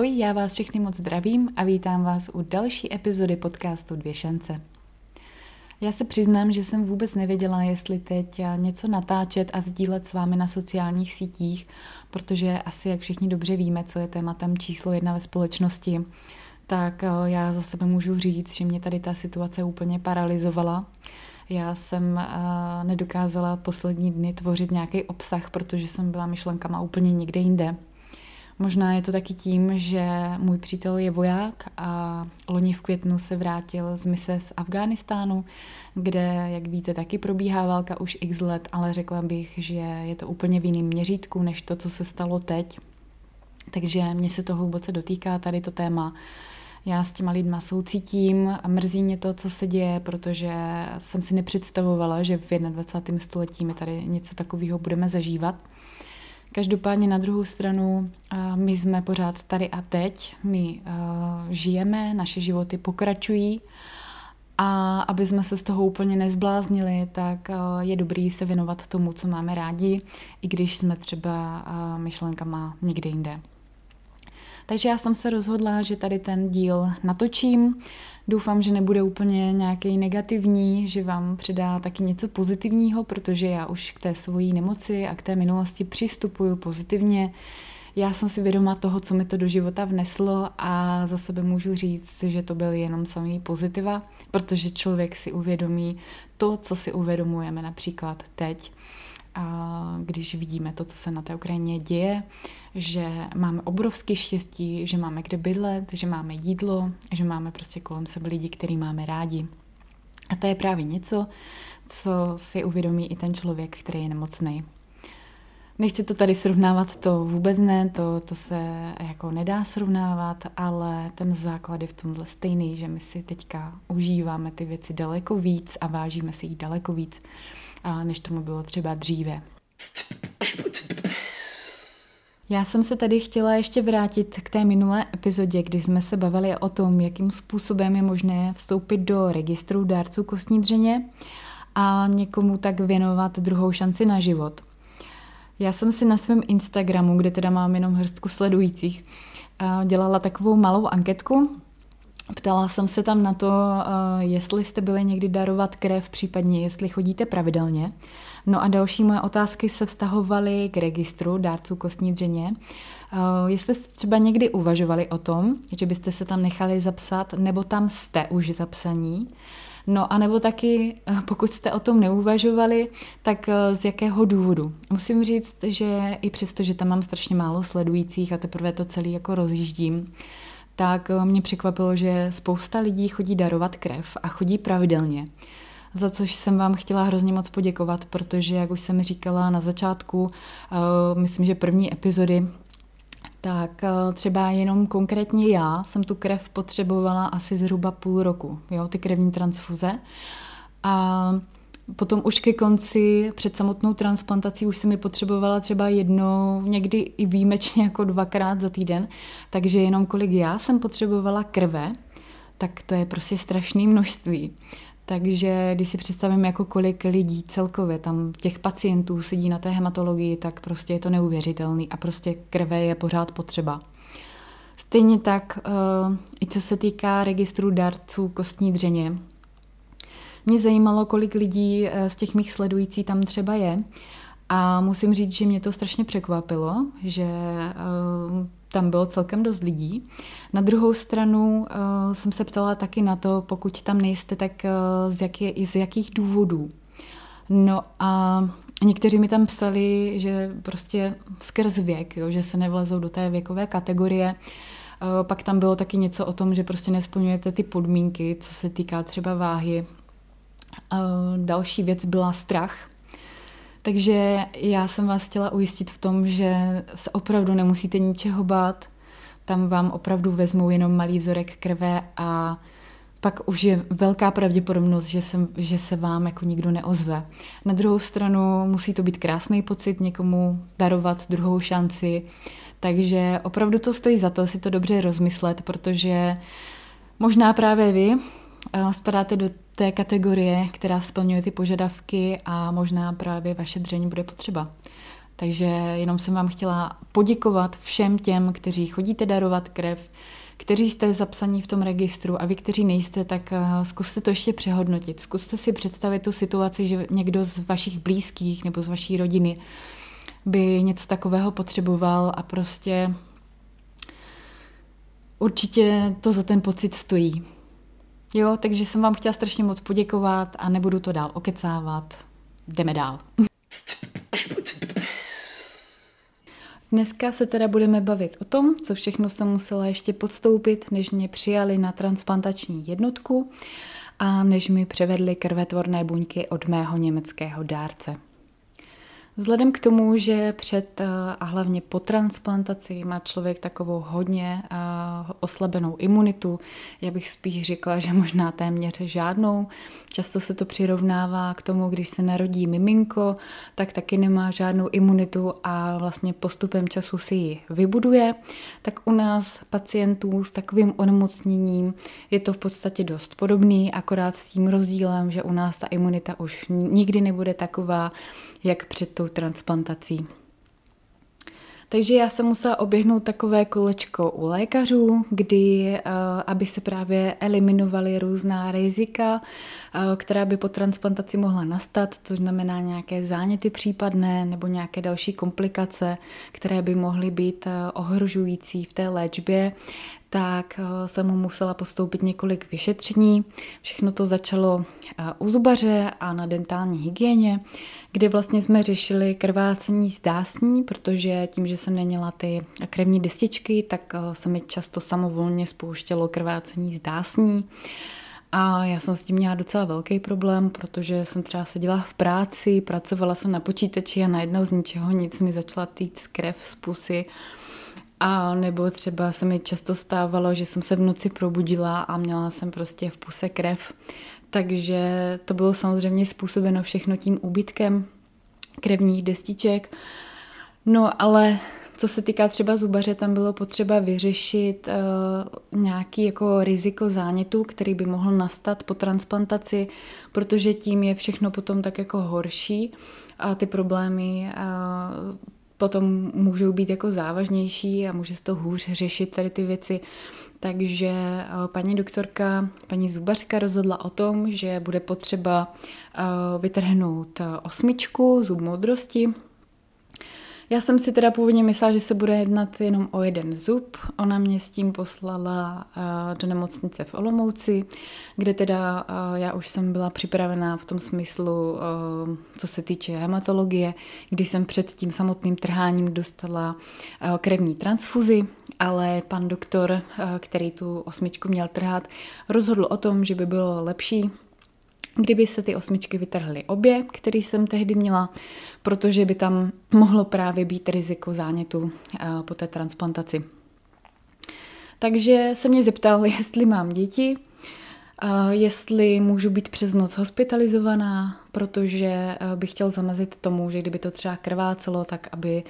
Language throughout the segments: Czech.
Ahoj, já vás všechny moc zdravím a vítám vás u další epizody podcastu Dvě šance. Já se přiznám, že jsem vůbec nevěděla, jestli teď něco natáčet a sdílet s vámi na sociálních sítích, protože asi, jak všichni dobře víme, co je tématem číslo 1 ve společnosti, tak já za sebe můžu říct, že mě tady ta situace úplně paralyzovala. Já jsem nedokázala poslední dny tvořit nějaký obsah, protože jsem byla myšlenkama úplně někde jinde. Možná je to taky tím, že můj přítel je voják a loni v květnu se vrátil z mise z Afghánistánu, kde, jak víte, taky probíhá válka už x let, ale řekla bych, že je to úplně v jiném měřítku, než to, co se stalo teď. Takže mě se to hluboce dotýká tady to téma. Já s těma lidma soucítím a mrzí mě to, co se děje, protože jsem si nepředstavovala, že v 21. století my tady něco takového budeme zažívat. Každopádně na druhou stranu my jsme pořád tady a teď, my žijeme, naše životy pokračují a aby jsme se z toho úplně nezbláznili, tak je dobrý se věnovat tomu, co máme rádi, i když jsme třeba myšlenkama někde jinde. Takže já jsem se rozhodla, že tady ten díl natočím. Doufám, že nebude úplně nějaký negativní, že vám předá taky něco pozitivního, protože já už k té svojí nemoci a k té minulosti přistupuju pozitivně. Já jsem si vědoma toho, co mi to do života vneslo a za sebe můžu říct, že to byly jenom samý pozitiva, protože člověk si uvědomí to, co si uvědomujeme například teď. A když vidíme to, co se na té Ukrajině děje, že máme obrovské štěstí, že máme kde bydlet, že máme jídlo, že máme prostě kolem sebe lidi, který máme rádi. A to je právě něco, co si uvědomí i ten člověk, který je nemocný. Nechci to tady srovnávat, to vůbec ne, to se jako nedá srovnávat, ale ten základ je v tomhle stejný, že my si teďka užíváme ty věci daleko víc a vážíme si jich daleko víc, než tomu bylo třeba dříve. Já jsem se tady chtěla ještě vrátit k té minulé epizodě, kdy jsme se bavili o tom, jakým způsobem je možné vstoupit do registru dárců kostní dřeně a někomu tak věnovat druhou šanci na život. Já jsem si na svém Instagramu, kde teda mám jenom hrstku sledujících, dělala takovou malou anketku. Ptala jsem se tam na to, jestli jste byli někdy darovat krev, případně jestli chodíte pravidelně. No a další moje otázky se vztahovaly k registru dárců kostní dřeně. Jestli jste třeba někdy uvažovali o tom, že byste se tam nechali zapsat, nebo tam jste už zapsaní. No a nebo taky, pokud jste o tom neuvažovali, tak z jakého důvodu? Musím říct, že i přesto, že tam mám strašně málo sledujících a teprve to celý jako rozjíždím, tak mě překvapilo, že spousta lidí chodí darovat krev a chodí pravidelně. Za což jsem vám chtěla hrozně moc poděkovat, protože, jak už jsem říkala na začátku, myslím, že první epizody, tak třeba jenom konkrétně já jsem tu krev potřebovala asi zhruba půl roku, jo, ty krevní transfuze. A potom už ke konci, před samotnou transplantací, už jsem ji potřebovala třeba jednou, někdy i výjimečně jako 2krát za týden, takže jenom kolik já jsem potřebovala krve, tak to je prostě strašné množství. Takže když si představím, jako kolik lidí celkově tam těch pacientů sedí na té hematologii, tak prostě je to neuvěřitelný a prostě krve je pořád potřeba. Stejně tak i co se týká registru dárců kostní dřeně. Mě zajímalo, kolik lidí z těch mých sledující tam třeba je a musím říct, že mě to strašně překvapilo, že tam bylo celkem dost lidí. Na druhou stranu jsem se ptala taky na to, pokud tam nejste, tak z jakých důvodů. No a někteří mi tam psali, že prostě skrz věk, jo, že se nevlezou do té věkové kategorie. Pak tam bylo taky něco o tom, že prostě nesplňujete ty podmínky, co se týká třeba váhy. Další věc byla strach. Takže já jsem vás chtěla ujistit v tom, že se opravdu nemusíte ničeho bát. Tam vám opravdu vezmou jenom malý vzorek krve a pak už je velká pravděpodobnost, že se vám jako nikdo neozve. Na druhou stranu musí to být krásný pocit někomu darovat druhou šanci. Takže opravdu to stojí za to si to dobře rozmyslet, protože možná právě vy spadáte do té kategorie, která splňuje ty požadavky a možná právě vaše dřeň bude potřeba. Takže jenom jsem vám chtěla poděkovat všem těm, kteří chodíte darovat krev, kteří jste zapsaní v tom registru a vy, kteří nejste, tak zkuste to ještě přehodnotit. Zkuste si představit tu situaci, že někdo z vašich blízkých nebo z vaší rodiny by něco takového potřeboval a prostě určitě to za ten pocit stojí. Jo, takže jsem vám chtěla strašně moc poděkovat a nebudu to dál okecávat. Jdeme dál. Dneska se teda budeme bavit o tom, co všechno jsem musela ještě podstoupit, než mě přijali na transplantační jednotku a než mi převedli krvetvorné buňky od mého německého dárce. Vzhledem k tomu, že před a hlavně po transplantaci má člověk takovou hodně oslabenou imunitu, já bych spíš řekla, že možná téměř žádnou. Často se to přirovnává k tomu, když se narodí miminko, tak taky nemá žádnou imunitu a vlastně postupem času si ji vybuduje. Tak u nás pacientů s takovým onemocněním je to v podstatě dost podobný, akorát s tím rozdílem, že u nás ta imunita už nikdy nebude taková, jak před tou transplantací. Takže já jsem musela oběhnout takové kolečko u lékařů, kdy, aby se právě eliminovaly různá rizika, která by po transplantaci mohla nastat, to znamená nějaké záněty případné nebo nějaké další komplikace, které by mohly být ohrožující v té léčbě, tak jsem mu musela postoupit několik vyšetření. Všechno to začalo u zubaře a na dentální hygieně, kde vlastně jsme řešili krvácení z dásní, protože tím, že jsem neměla ty krevní destičky, tak se mi často samovolně spouštělo krvácení z dásní. A já jsem s tím měla docela velký problém, protože jsem třeba seděla v práci, pracovala jsem na počítači a najednou z ničeho nic mi začala týct krev z pusy. A nebo třeba se mi často stávalo, že jsem se v noci probudila a měla jsem prostě v puse krev. Takže to bylo samozřejmě způsobeno všechno tím úbytkem krevních destiček. No ale co se týká třeba zubaře, tam bylo potřeba vyřešit nějaký jako riziko zánětu, který by mohl nastat po transplantaci, protože tím je všechno potom tak jako horší a ty problémy potom můžou být jako závažnější a může se to hůř řešit tady ty věci. Takže paní doktorka, paní zubařka rozhodla o tom, že bude potřeba vytrhnout 8, zub moudrosti. Já jsem si teda původně myslela, že se bude jednat jenom o jeden zub. Ona mě s tím poslala do nemocnice v Olomouci, kde teda já už jsem byla připravená v tom smyslu, co se týče hematologie, kdy jsem před tím samotným trháním dostala krevní transfuzi, ale pan doktor, který tu 8 měl trhat, rozhodl o tom, že by bylo lepší, kdyby se ty 8 vytrhly obě, které jsem tehdy měla, protože by tam mohlo právě být riziko zánětu po té transplantaci. Takže se mě zeptal, jestli mám děti, jestli můžu být přes noc hospitalizovaná, protože bych chtěl zamezit tomu, že kdyby to třeba krvácelo, tak aby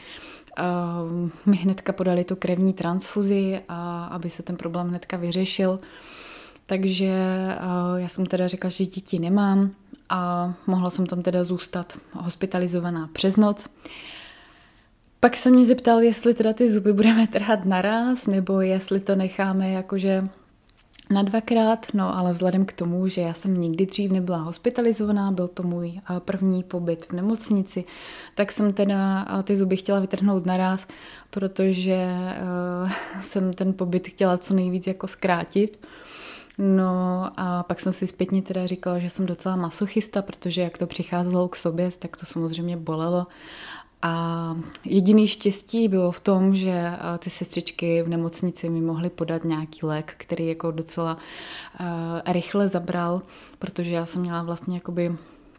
mi hnedka podali tu krevní transfuzi a aby se ten problém hnedka vyřešil. Takže já jsem teda řekla, že děti nemám a mohla jsem tam teda zůstat hospitalizovaná přes noc. Pak se mě zeptal, jestli teda ty zuby budeme trhat naraz, nebo jestli to necháme jakože na 2krát, no ale vzhledem k tomu, že já jsem nikdy dřív nebyla hospitalizovaná, byl to můj první pobyt v nemocnici, tak jsem teda ty zuby chtěla vytrhnout naraz, protože jsem ten pobyt chtěla co nejvíc jako zkrátit. No a pak jsem si zpětně teda říkala, že jsem docela masochista, protože jak to přicházelo k sobě, tak to samozřejmě bolelo. A jediný štěstí bylo v tom, že ty sestřičky v nemocnici mi mohly podat nějaký lék, který jako docela rychle zabral, protože já jsem měla vlastně jakoby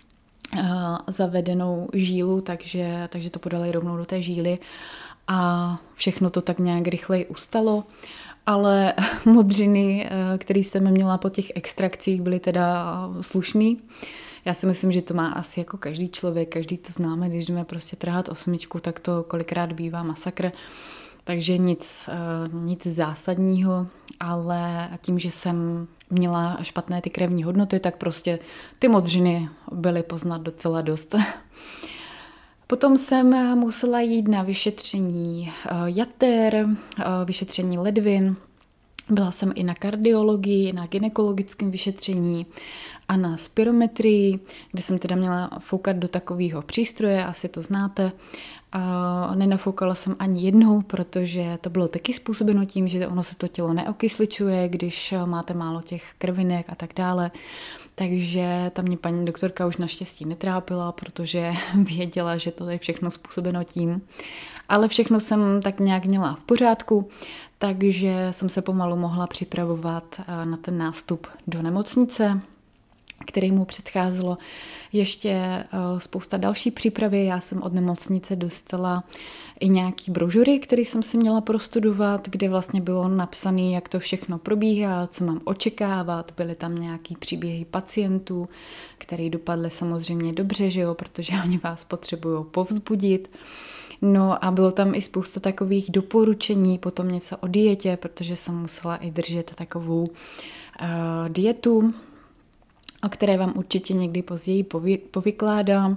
zavedenou žílu, takže to podali rovnou do té žíly a všechno to tak nějak rychleji ustalo. Ale modřiny, které jsem měla po těch extrakcích, byly teda slušný. Já si myslím, že to má asi jako každý člověk, každý to známe, když jdeme prostě trhat 8, tak to kolikrát bývá masakr. Takže nic zásadního, ale tím, že jsem měla špatné ty krevní hodnoty, tak prostě ty modřiny byly poznat docela dost. Potom jsem musela jít na vyšetření jater, vyšetření ledvin. Byla jsem i na kardiologii, na gynekologickém vyšetření a na spirometrii, kde jsem teda měla foukat do takového přístroje, asi to znáte. Nenafoukala jsem ani jednou, protože to bylo taky způsobeno tím, že ono se to tělo neokysličuje, když máte málo těch krvinek a tak dále. Takže tam mě paní doktorka už naštěstí netrápila, protože věděla, že to je všechno způsobeno tím. Ale všechno jsem tak nějak měla v pořádku, takže jsem se pomalu mohla připravovat na ten nástup do nemocnice, který mu předcházelo ještě spousta další přípravy. Já jsem od nemocnice dostala i nějaký brožury, které jsem si měla prostudovat, kde vlastně bylo napsané, jak to všechno probíhá, co mám očekávat. Byly tam nějaký příběhy pacientů, které dopadly samozřejmě dobře, že jo, protože oni vás potřebují povzbudit. No a bylo tam i spousta takových doporučení, potom něco o dietě, protože jsem musela i držet takovou dietu, o které vám určitě někdy později povykládám,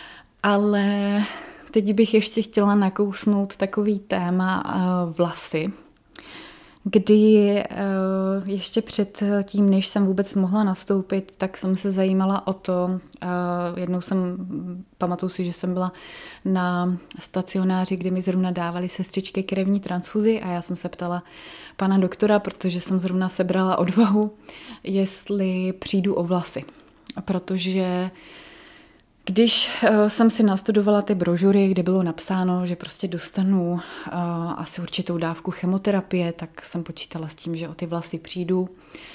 ale teď bych ještě chtěla nakousnout takový téma vlasy, kdy ještě před tím, než jsem vůbec mohla nastoupit, tak jsem se zajímala o to. Jednou pamatuju si, že jsem byla na stacionáři, kde mi zrovna dávali sestřičky krevní transfuzi a já jsem se ptala pana doktora, protože jsem zrovna sebrala odvahu, jestli přijdu o vlasy. Protože když jsem si nastudovala ty brožury, kde bylo napsáno, že prostě dostanu asi určitou dávku chemoterapie, tak jsem počítala s tím, že o ty vlasy přijdu.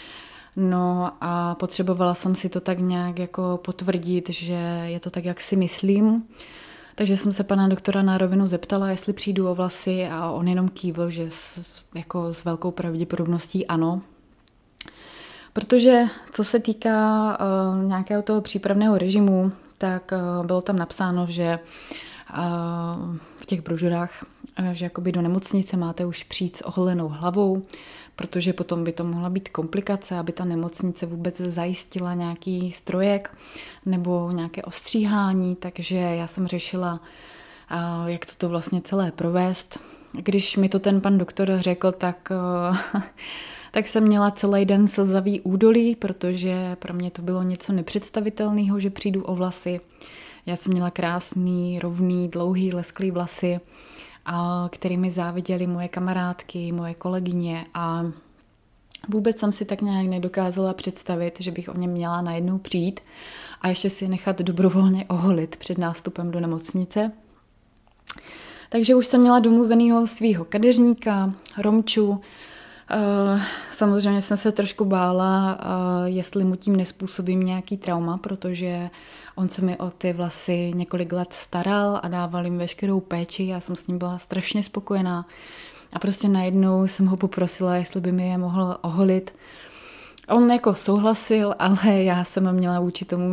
No a potřebovala jsem si to tak nějak jako potvrdit, že je to tak, jak si myslím. Takže jsem se pana doktora na rovinu zeptala, jestli přijdu o vlasy a on jenom kývl, že jako s velkou pravděpodobností ano. Protože co se týká nějakého toho přípravného režimu, tak bylo tam napsáno, že v těch brožurách, že jakoby do nemocnice máte už přijít s oholenou hlavou, protože potom by to mohla být komplikace, aby ta nemocnice vůbec zajistila nějaký strojek nebo nějaké ostříhání, takže já jsem řešila, jak to vlastně celé provést. Když mi to ten pan doktor řekl, tak jsem měla celý den slzavý údolí, protože pro mě to bylo něco nepředstavitelného, že přijdu o vlasy. Já jsem měla krásný, rovný, dlouhý, lesklý vlasy, kterými záviděly moje kamarádky, moje kolegyně a vůbec jsem si tak nějak nedokázala představit, že bych o něm měla najednou přijít a ještě si nechat dobrovolně oholit před nástupem do nemocnice. Takže už jsem měla domluvenýho svýho kadeřníka, Romču. Samozřejmě jsem se trošku bála, jestli mu tím nespůsobím nějaký trauma, protože on se mi o ty vlasy několik let staral a dával jim veškerou péči. Já jsem s ním byla strašně spokojená a prostě najednou jsem ho poprosila, jestli by mi je mohl oholit. On jako souhlasil, ale já jsem měla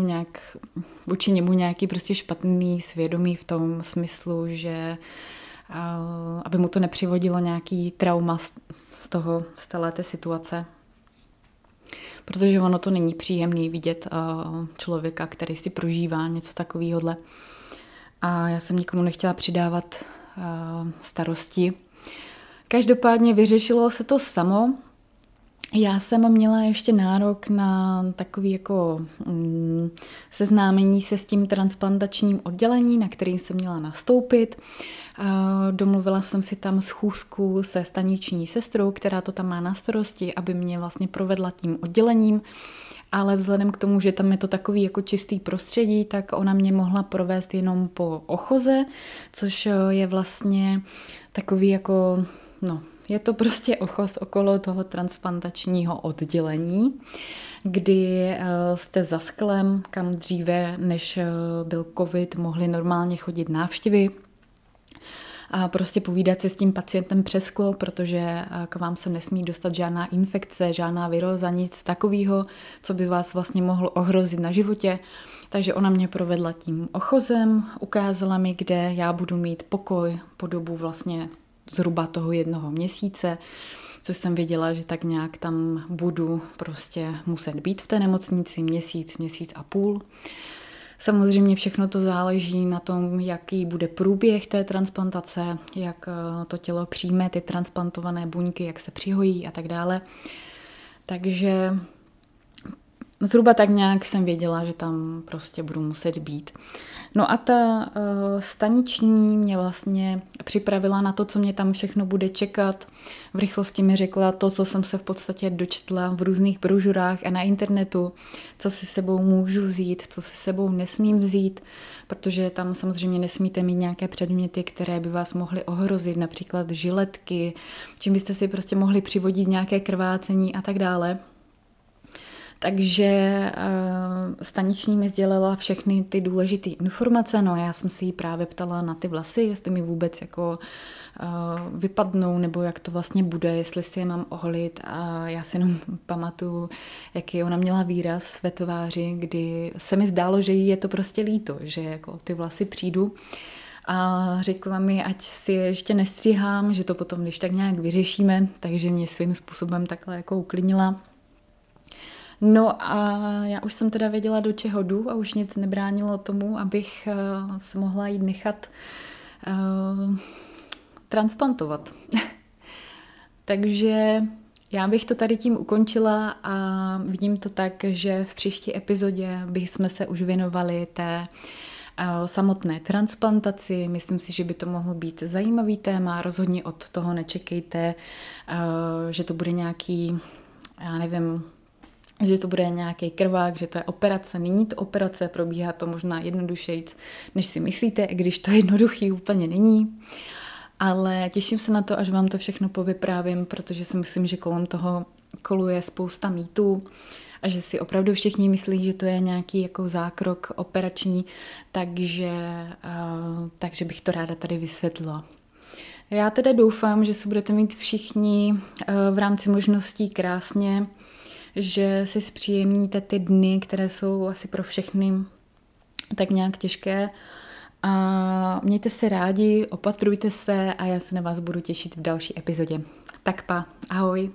vůči němu nějaký prostě špatný svědomí v tom smyslu, že aby mu to nepřivodilo nějaký trauma z celé té situace. Protože ono to není příjemný vidět člověka, který si prožívá něco takového. A já jsem nikomu nechtěla přidávat starosti. Každopádně vyřešilo se to samo. Já jsem měla ještě nárok na takový jako seznámení se s tím transplantačním oddělení, na který jsem měla nastoupit. Domluvila jsem si tam schůzku se staniční sestrou, která to tam má na starosti, aby mě vlastně provedla tím oddělením, ale vzhledem k tomu, že tam je to takový jako čistý prostředí, tak ona mě mohla provést jenom po ochoze, což je vlastně takový jako, je to prostě ochoz okolo toho transplantačního oddělení, kdy jste za sklem, kam dříve, než byl covid, mohli normálně chodit návštěvy a prostě povídat si s tím pacientem přes sklo, protože k vám se nesmí dostat žádná infekce, žádná viróza, nic takového, co by vás vlastně mohlo ohrozit na životě. Takže ona mě provedla tím ochozem, ukázala mi, kde já budu mít pokoj po dobu vlastně zhruba toho 1 měsíce, což jsem věděla, že tak nějak tam budu prostě muset být v té nemocnici měsíc a půl. Samozřejmě všechno to záleží na tom, jaký bude průběh té transplantace, jak to tělo přijme ty transplantované buňky, jak se přihojí a tak dále. Takže zhruba tak nějak jsem věděla, že tam prostě budu muset být. No a ta staniční mě vlastně připravila na to, co mě tam všechno bude čekat. V rychlosti mi řekla to, co jsem se v podstatě dočetla v různých brožurách a na internetu, co si sebou můžu vzít, co si sebou nesmím vzít, protože tam samozřejmě nesmíte mít nějaké předměty, které by vás mohly ohrozit, například žiletky, čím byste si prostě mohli přivodit nějaké krvácení a tak dále. Takže staniční mi sdělila všechny ty důležité informace, no já jsem si ji právě ptala na ty vlasy, jestli mi vůbec jako vypadnou, nebo jak to vlastně bude, jestli si je mám oholit a já si jenom pamatuju, jaký ona měla výraz ve tváři, kdy se mi zdálo, že jí je to prostě líto, že jako ty vlasy přijdu. A řekla mi, ať si je ještě nestříhám, že to potom když tak nějak vyřešíme, takže mě svým způsobem takhle jako uklidnila. No a já už jsem teda věděla, do čeho jdu a už nic nebránilo tomu, abych se mohla jít nechat transplantovat. Takže já bych to tady tím ukončila a vidím to tak, že v příští epizodě bychom se už věnovali té samotné transplantaci. Myslím si, že by to mohlo být zajímavý téma. Rozhodně od toho nečekejte, že to bude nějaký, já nevím, že to bude nějaký krvák, že to je operace. Není to operace, probíhá to možná jednodušejc, než si myslíte, i když to jednoduchý úplně není. Ale těším se na to, až vám to všechno povyprávím, protože si myslím, že kolem toho koluje spousta mýtů a že si opravdu všichni myslí, že to je nějaký jako zákrok operační, takže bych to ráda tady vysvětlila. Já teda doufám, že se budete mít všichni v rámci možností krásně, že si zpříjemníte ty dny, které jsou asi pro všechny tak nějak těžké. A mějte se rádi, opatrujte se a já se na vás budu těšit v další epizodě. Tak pa, ahoj.